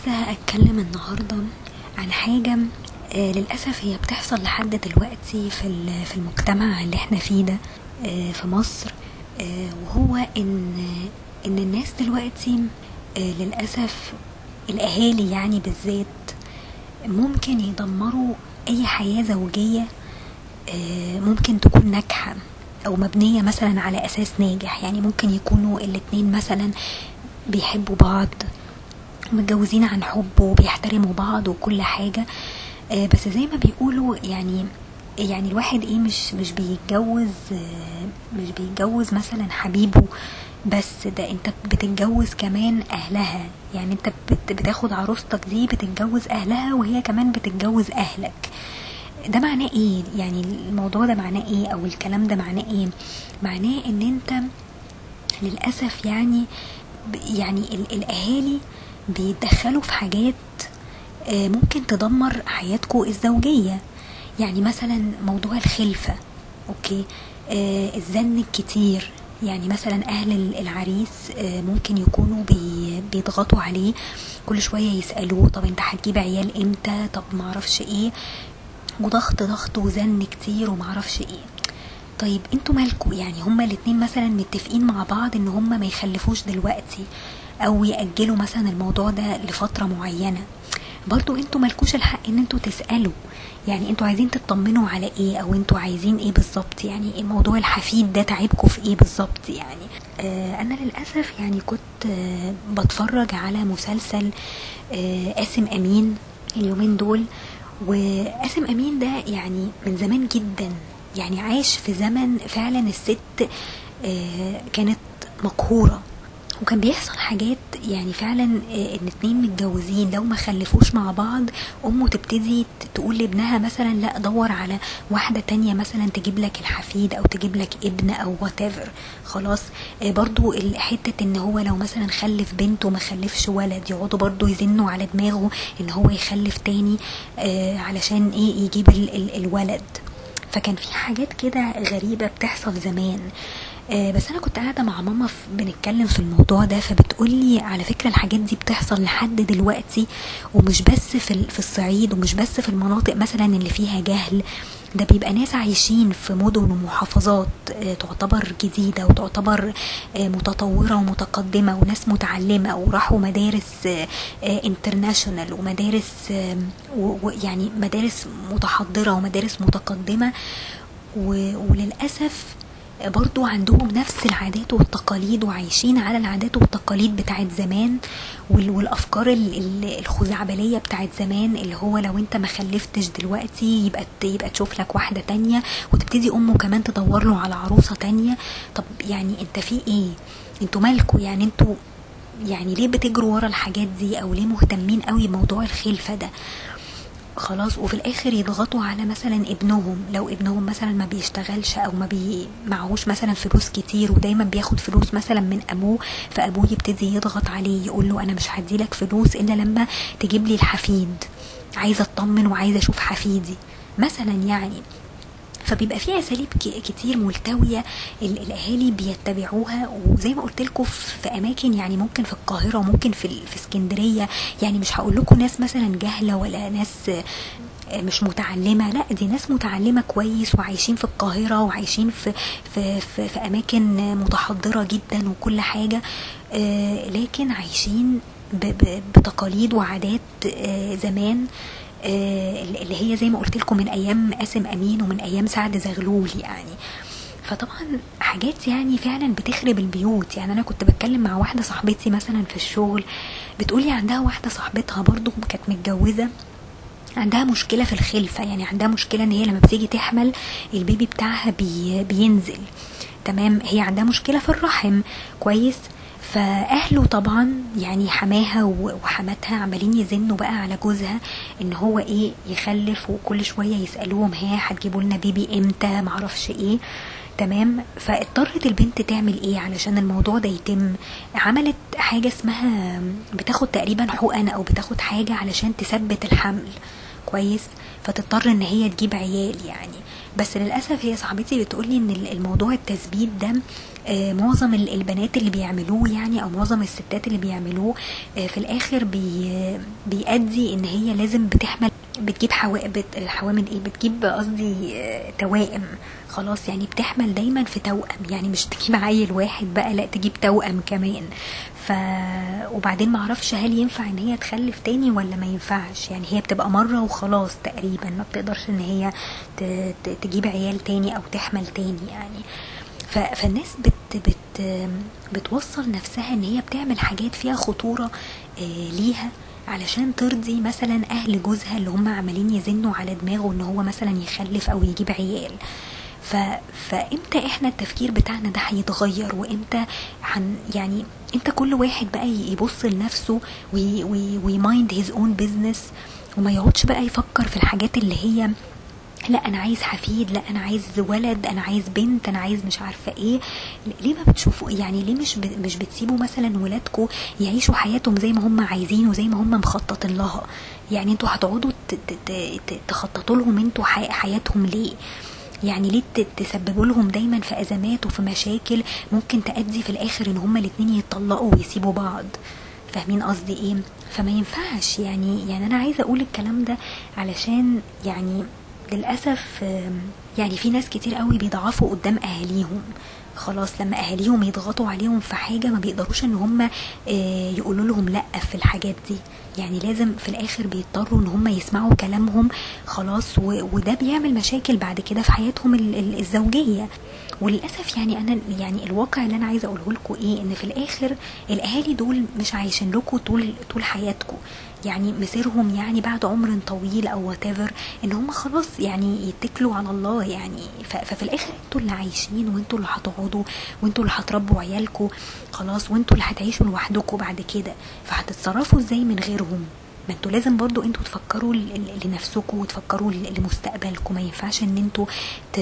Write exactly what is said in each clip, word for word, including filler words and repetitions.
عايزة اتكلم النهاردة عن حاجة آه للأسف هي بتحصل لحد دلوقتي في في المجتمع اللي احنا فيه ده آه في مصر. آه وهو ان ان الناس دلوقتي آه للأسف الأهالي يعني بالذات ممكن يدمروا أي حياة زوجية آه ممكن تكون ناجحة أو مبنية مثلا على أساس ناجح. يعني ممكن يكونوا الاتنين مثلا بيحبوا بعض، متجوزين عن حب وبيحترموا بعض وكل حاجة، آه بس زي ما بيقولوا يعني يعني الواحد ايه مش مش بيتجوز آه مش بيتجوز مثلا حبيبه بس، ده انت بتتجوز كمان اهلها. يعني انت بتاخد عروستك دي بتتجوز اهلها وهي كمان بتتجوز اهلك. ده معناه ايه؟ يعني الموضوع ده معناه ايه او الكلام ده معناه ايه؟ معناه ان انت للأسف يعني يعني الاهالي بيتدخلوا في حاجات ممكن تدمر حياتكو الزوجية. يعني مثلا موضوع الخلفة، اوكي، آه الزن الكتير. يعني مثلا اهل العريس آه ممكن يكونوا بي بيضغطوا عليه كل شوية، يسألوه طب انت هتجيب عيال امتى، طب معرفش ايه، وضغط ضغط وزن كتير ومعرفش ايه. طيب انتوا مالكوا؟ يعني هما الاتنين مثلا متفقين مع بعض ان هما ما يخلفوش دلوقتي او يأجلوا مثلا الموضوع ده لفترة معينة، برضو انتوا مالكوش الحق ان انتوا تسألوا. يعني انتوا عايزين تطمنوا على ايه او انتوا عايزين ايه بالظبط؟ يعني موضوع الحفيد ده تعبكوا في ايه بالظبط؟ يعني آه انا للأسف يعني كنت آه بتفرج على مسلسل آه قاسم امين اليومين دول. وقاسم امين ده يعني من زمان جدا، يعني عايش في زمن فعلا الست آه كانت مقهورة، وكان بيحصل حاجات يعني فعلا ان اتنين متجوزين لو ما خلفوش مع بعض امه تبتدي تقول لابنها مثلا لا دور على واحدة تانية مثلا تجيب لك الحفيد او تجيب لك ابن او whatever. خلاص برضو حتة ان هو لو مثلا خلف بنت وما خلفش ولد يقعدوا برضو يزنوا على دماغه ان هو يخلف تاني علشان ايه يجيب ال ال الولد. فكان في حاجات كده غريبة بتحصل زمان. آه بس انا كنت قاعده مع ماما بنتكلم في الموضوع ده، فبتقولي على فكره الحاجات دي بتحصل لحد دلوقتي، ومش بس في في الصعيد ومش بس في المناطق مثلا اللي فيها جهل. ده بيبقى ناس عايشين في مدن ومحافظات آه تعتبر جديده وتعتبر آه متطوره ومتقدمه وناس متعلمه وراحوا مدارس آه انترناشونال ومدارس آه ويعني مدارس متحضره ومدارس متقدمه، وللاسف برضو عندهم نفس العادات والتقاليد وعايشين على العادات والتقاليد بتاعت زمان والافكار الخزعبلية بتاعت زمان، اللي هو لو انت ما خلفتش دلوقتي يبقى يبقى تشوف لك واحدة تانية، وتبتدي امه كمان تدور له على عروسة تانية. طب يعني انت في ايه؟ انتوا مالكوا؟ يعني انتوا يعني ليه بتجروا ورا الحاجات دي او ليه مهتمين قوي بموضوع الخلفة ده؟ خلاص وفي الاخر يضغطوا على مثلا ابنهم، لو ابنهم مثلا ما بيشتغلش او ما بي معهوش مثلا فلوس كتير ودايما بياخد فلوس مثلا من ابوه، فابوه يبتدي يضغط عليه يقول له انا مش هديلك فلوس الا لما تجيب لي الحفيد، عايزه اطمن وعايزه اشوف حفيدي مثلا. يعني فبيبقى فيها اساليب كتير ملتويه الاهالي بيتبعوها، وزي ما قلت لكم في اماكن يعني ممكن في القاهره وممكن في في اسكندريه. يعني مش هقول لكم ناس مثلا جهله ولا ناس مش متعلمه، لا دي ناس متعلمه كويس وعايشين في القاهره وعايشين في في في, في اماكن متحضره جدا وكل حاجه، لكن عايشين بتقاليد وعادات زمان اللي هي زي ما قلت لكم من ايام قاسم امين ومن ايام سعد زغلول. يعني فطبعا حاجات يعني فعلا بتخرب البيوت. يعني انا كنت بتكلم مع واحده صاحبتي مثلا في الشغل، بتقولي عندها واحده صاحبتها برضو كانت متجوزه، عندها مشكله في الخلفه. يعني عندها مشكله ان هي لما بتيجي تحمل البيبي بتاعها بي بينزل، تمام، هي عندها مشكله في الرحم، كويس. فاهله طبعا يعني حماها وحماتها عمالين يزنوا بقى على جوزها ان هو ايه يخلف، وكل شويه يسالوهم ها هتجيبوا لنا بيبي امتى معرفش ايه، تمام. فاضطرت البنت تعمل ايه علشان الموضوع ده يتم؟ عملت حاجه اسمها بتاخد تقريبا حقن او بتاخد حاجه علشان تثبت الحمل، كويس. فتضطر ان هي تجيب عيال يعني. بس للاسف هي صاحبتي بتقولي ان الموضوع التثبيت ده آه معظم البنات اللي بيعملوه يعني، او معظم الستات اللي بيعملوه آه في الاخر بي بيؤدي ان هي لازم بتحمل، بتجيب حوامل، الحوامل ايه، بتجيب قصدي آه توائم خلاص يعني، بتحمل دايما في توأم يعني، مش تجيب عيل واحد بقى، لا تجيب توأم كمان. ف وبعدين معرفش هل ينفع ان هي تخلف تاني ولا ما ينفعش يعني، هي بتبقى مرة وخلاص تقريبا، ما بتقدرش ان هي ت... ت... تجيب عيال تاني او تحمل تاني يعني. ف... فالناس بت... بت... بتوصل نفسها ان هي بتعمل حاجات فيها خطورة آه ليها علشان ترضي مثلا اهل جوزها اللي هم عمالين يزنوا على دماغه ان هو مثلا يخلف او يجيب عيال. ف... فامتى احنا التفكير بتاعنا ده هيتغير، وامتى حن يعني امتى كل واحد بقى يبص لنفسه ويمايند هيز اون بيزنس، وما يقعدش بقى يفكر في الحاجات اللي هي لا انا عايز حفيد، لا انا عايز ولد، انا عايز بنت، انا عايز مش عارفه ايه. ليه ما بتشوفوا يعني، ليه مش ب... مش بتسيبوا مثلا ولادكم يعيشوا حياتهم زي ما هم عايزين وزي ما هم مخططين لها يعني؟ انتوا هتقعدوا ت... ت... ت... تخططوا لهم انتوا حي... حياتهم ليه يعني؟ ليه تسببوا لهم دايما في ازمات وفي مشاكل ممكن تؤدي في الاخر ان هما الاتنين يتطلقوا ويسيبوا بعض؟ فاهمين قصدي ايه؟ فما ينفعش يعني. يعني انا عايزه اقول الكلام ده علشان يعني للاسف يعني في ناس كتير قوي بيضعفوا قدام اهاليهم خلاص، لما اهاليهم يضغطوا عليهم في حاجه ما بيقدروش ان هم يقولوا لهم لا في الحاجات دي يعني، لازم في الاخر بيضطروا ان هم يسمعوا كلامهم خلاص، وده بيعمل مشاكل بعد كده في حياتهم الزوجيه. وللاسف يعني انا يعني الواقع اللي انا عايزه اقوله لكم ايه، ان في الاخر الاهالي دول مش عايشين لكم طول طول حياتكم يعني، مسيرهم يعني بعد عمر طويل او whatever ان هم خلاص يعني يتكلوا على الله يعني. ففي الاخر انتوا اللي عايشين، وانتوا اللي هتقعدوا، وانتوا اللي هتربوا عيالكم خلاص، وانتوا اللي هتعيشوا لوحدكم بعد كده، فهتتصرفوا ازاي من غيرهم؟ ما انتوا لازم برضو انتوا تفكروا لنفسكم وتفكروا لمستقبلكم. ما ينفعش ان انتوا ت...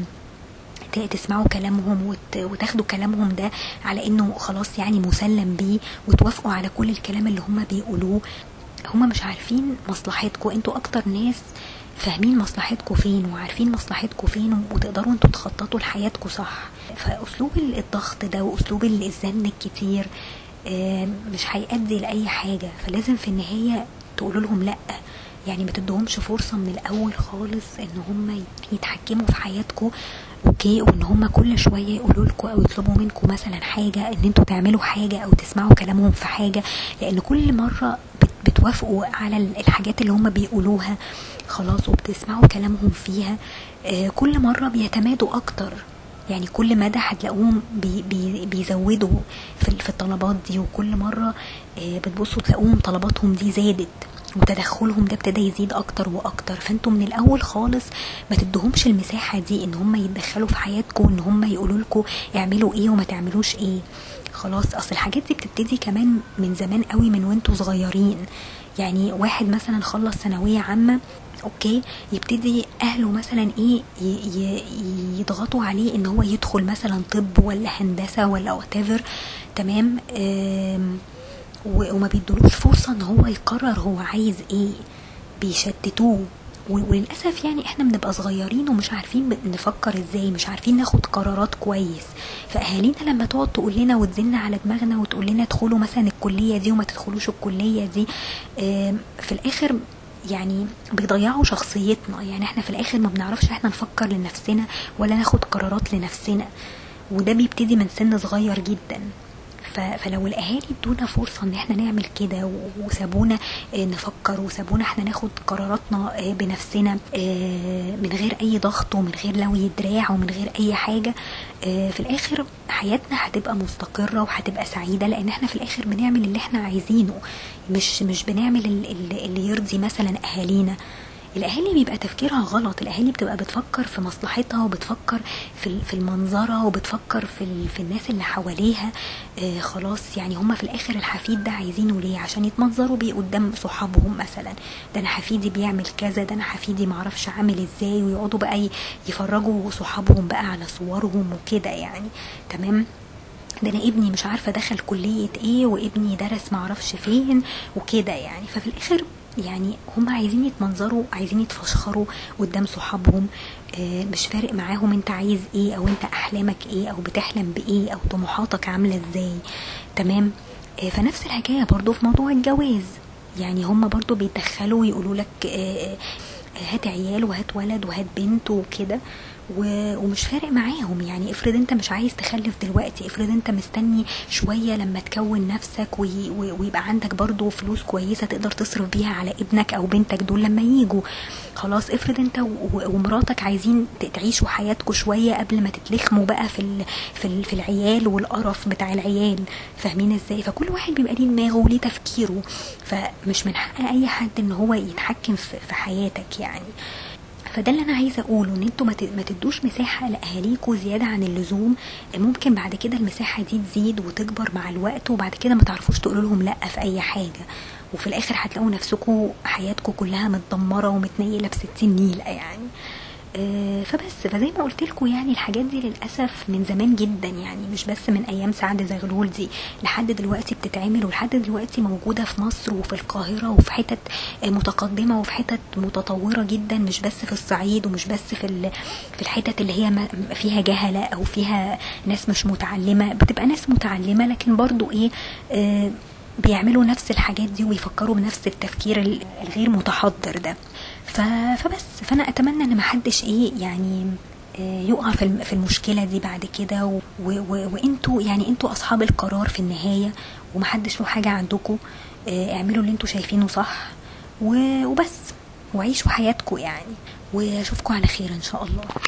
تسمعوا كلامهم وتاخدوا كلامهم ده على انه خلاص يعني مسلم بيه، وتوافقوا على كل الكلام اللي هم بيقولوه. هم مش عارفين مصلحتكم، انتوا اكتر ناس فاهمين مصلحتكم فين وعارفين مصلحتكم فين، وتقدروا انتوا تخططوا لحياتكم صح. فاسلوب الضغط ده واسلوب الزن الكتير مش هيؤدي لاي حاجه. فلازم في النهايه تقولوا لهم لا يعني، ما تدوهمش فرصه من الاول خالص ان هم يتحكموا في حياتكم اوكي، وان هم كل شويه يقولوا لكم او يطلبوا منكم مثلا حاجه، ان انتوا تعملوا حاجه او تسمعوا كلامهم في حاجه، لان كل مره بتوافقوا على الحاجات اللي هم بيقولوها خلاص وبتسمعوا كلامهم فيها، آه كل مره بيتمادوا اكتر يعني. كل مدى هتلاقوهم بي بي بيزودوا في, في الطلبات دي، وكل مره آه بتبصوا تلاقوهم طلباتهم دي زادت، وتدخلهم ده ابتدى يزيد اكتر واكتر. فانتوا من الاول خالص ما تدوهمش المساحه دي ان هم يتدخلوا في حياتكم، ان هم يقولوا لكم اعملوا ايه وما تعملوش ايه خلاص. اصل الحاجات دي بتبتدي كمان من زمان قوي، من وانتوا صغيرين يعني. واحد مثلا خلص ثانويه عامه اوكي، يبتدي اهله مثلا ايه يضغطوا عليه ان هو يدخل مثلا طب ولا هندسه ولا whatever تمام، وما بيدولوش فرصه ان هو يقرر هو عايز ايه، بيشتتوه. وللاسف يعني احنا بنبقى صغيرين ومش عارفين نفكر ازاي، مش عارفين ناخد قرارات كويس. فاهالينا لما تقعد تقول لنا وتزن على دماغنا وتقول لنا ادخلوا مثلا الكليه دي وما تدخلوش الكليه دي، في الاخر يعني بيضيعوا شخصيتنا يعني. احنا في الاخر ما بنعرفش احنا نفكر لنفسنا ولا ناخد قرارات لنفسنا، وده بيبتدي من سن صغير جدا. فلو الاهالي ادونا فرصه ان احنا نعمل كده وسابونا نفكر وسابونا احنا ناخد قراراتنا بنفسنا من غير اي ضغط ومن غير لوي دراع ومن غير اي حاجه، في الاخر حياتنا هتبقى مستقره وهتبقى سعيده، لان احنا في الاخر بنعمل اللي احنا عايزينه، مش مش بنعمل اللي يرضي مثلا اهالينا. الاهالي بيبقى تفكيرها غلط، الاهالي بتبقى بتفكر في مصلحتها وبتفكر في في المنظره وبتفكر في في الناس اللي حواليها. آه خلاص يعني هم في الاخر الحفيد ده عايزينه ليه؟ عشان يتمنظروا بيه قدام صحابهم مثلا، ده انا حفيدي بيعمل كذا، ده انا حفيدي معرفش عامل ازاي، ويقعدوا بقى يفرجوا صحابهم بقى على صورهم وكده يعني تمام. ده انا ابني مش عارفه دخل كليه ايه، وابني درس معرفش فين وكده يعني. ففي الاخر يعني هم عايزين يتمنظروا، عايزين يتفشخروا قدام صحابهم، آه، مش فارق معاهم انت عايز ايه او انت احلامك ايه او بتحلم بايه او طموحاتك عاملة ازاي. تمام. آه، فنفس الحكاية برضو في موضوع الجواز. يعني هم برضو بيتدخلوا ويقولوا لك آه، هات عيال وهات ولد وهات بنت وكده، ومش فارق معاهم. يعني افرض انت مش عايز تخلف دلوقتي، افرض انت مستني شوية لما تكون نفسك ويبقى عندك برضو فلوس كويسة تقدر تصرف بيها على ابنك او بنتك دول لما ييجوا. خلاص افرض انت ومراتك عايزين تعيشوا حياتكم شوية قبل ما تتلخموا بقى في في في العيال والقرف بتاع العيال. فاهمين ازاي؟ فكل واحد بيبقى ليه دماغه وليه تفكيره، فمش من حق اي حد ان هو يتحكم في حياتك يعني. فده اللي انا عايزه اقوله، ان انتوا ما تدوش مساحه لاهاليكوا زياده عن اللزوم. ممكن بعد كده المساحه دي تزيد وتكبر مع الوقت، وبعد كده ما تعرفوش تقولوا لهم لا في اي حاجه، وفي الاخر هتلاقوا نفسكوا حياتكم كلها متدمره ومتنيله بستين نيله يعني. آه فبس فزي ما قلت لكم يعني الحاجات دي للاسف من زمان جدا، يعني مش بس من ايام سعد زغلول دي، لحد دلوقتي بتتعمل، ولحد دلوقتي موجوده في مصر وفي القاهره وفي حتت متقدمه وفي حتت متطوره جدا، مش بس في الصعيد ومش بس في في الحتت اللي هي فيها جهله او فيها ناس مش متعلمه. بتبقى ناس متعلمه لكن برضو ايه آه بيعملوا نفس الحاجات دي ويفكروا بنفس التفكير الغير متحضر ده. فبس فانا اتمنى ان محدش ايه يعني يقع في المشكلة دي بعد كده، وانتوا يعني انتوا اصحاب القرار في النهاية، ومحدش له حاجة عندكم. اعملوا اللي انتوا شايفينه صح وبس، وعيشوا حياتكم يعني، واشوفكم على خير ان شاء الله.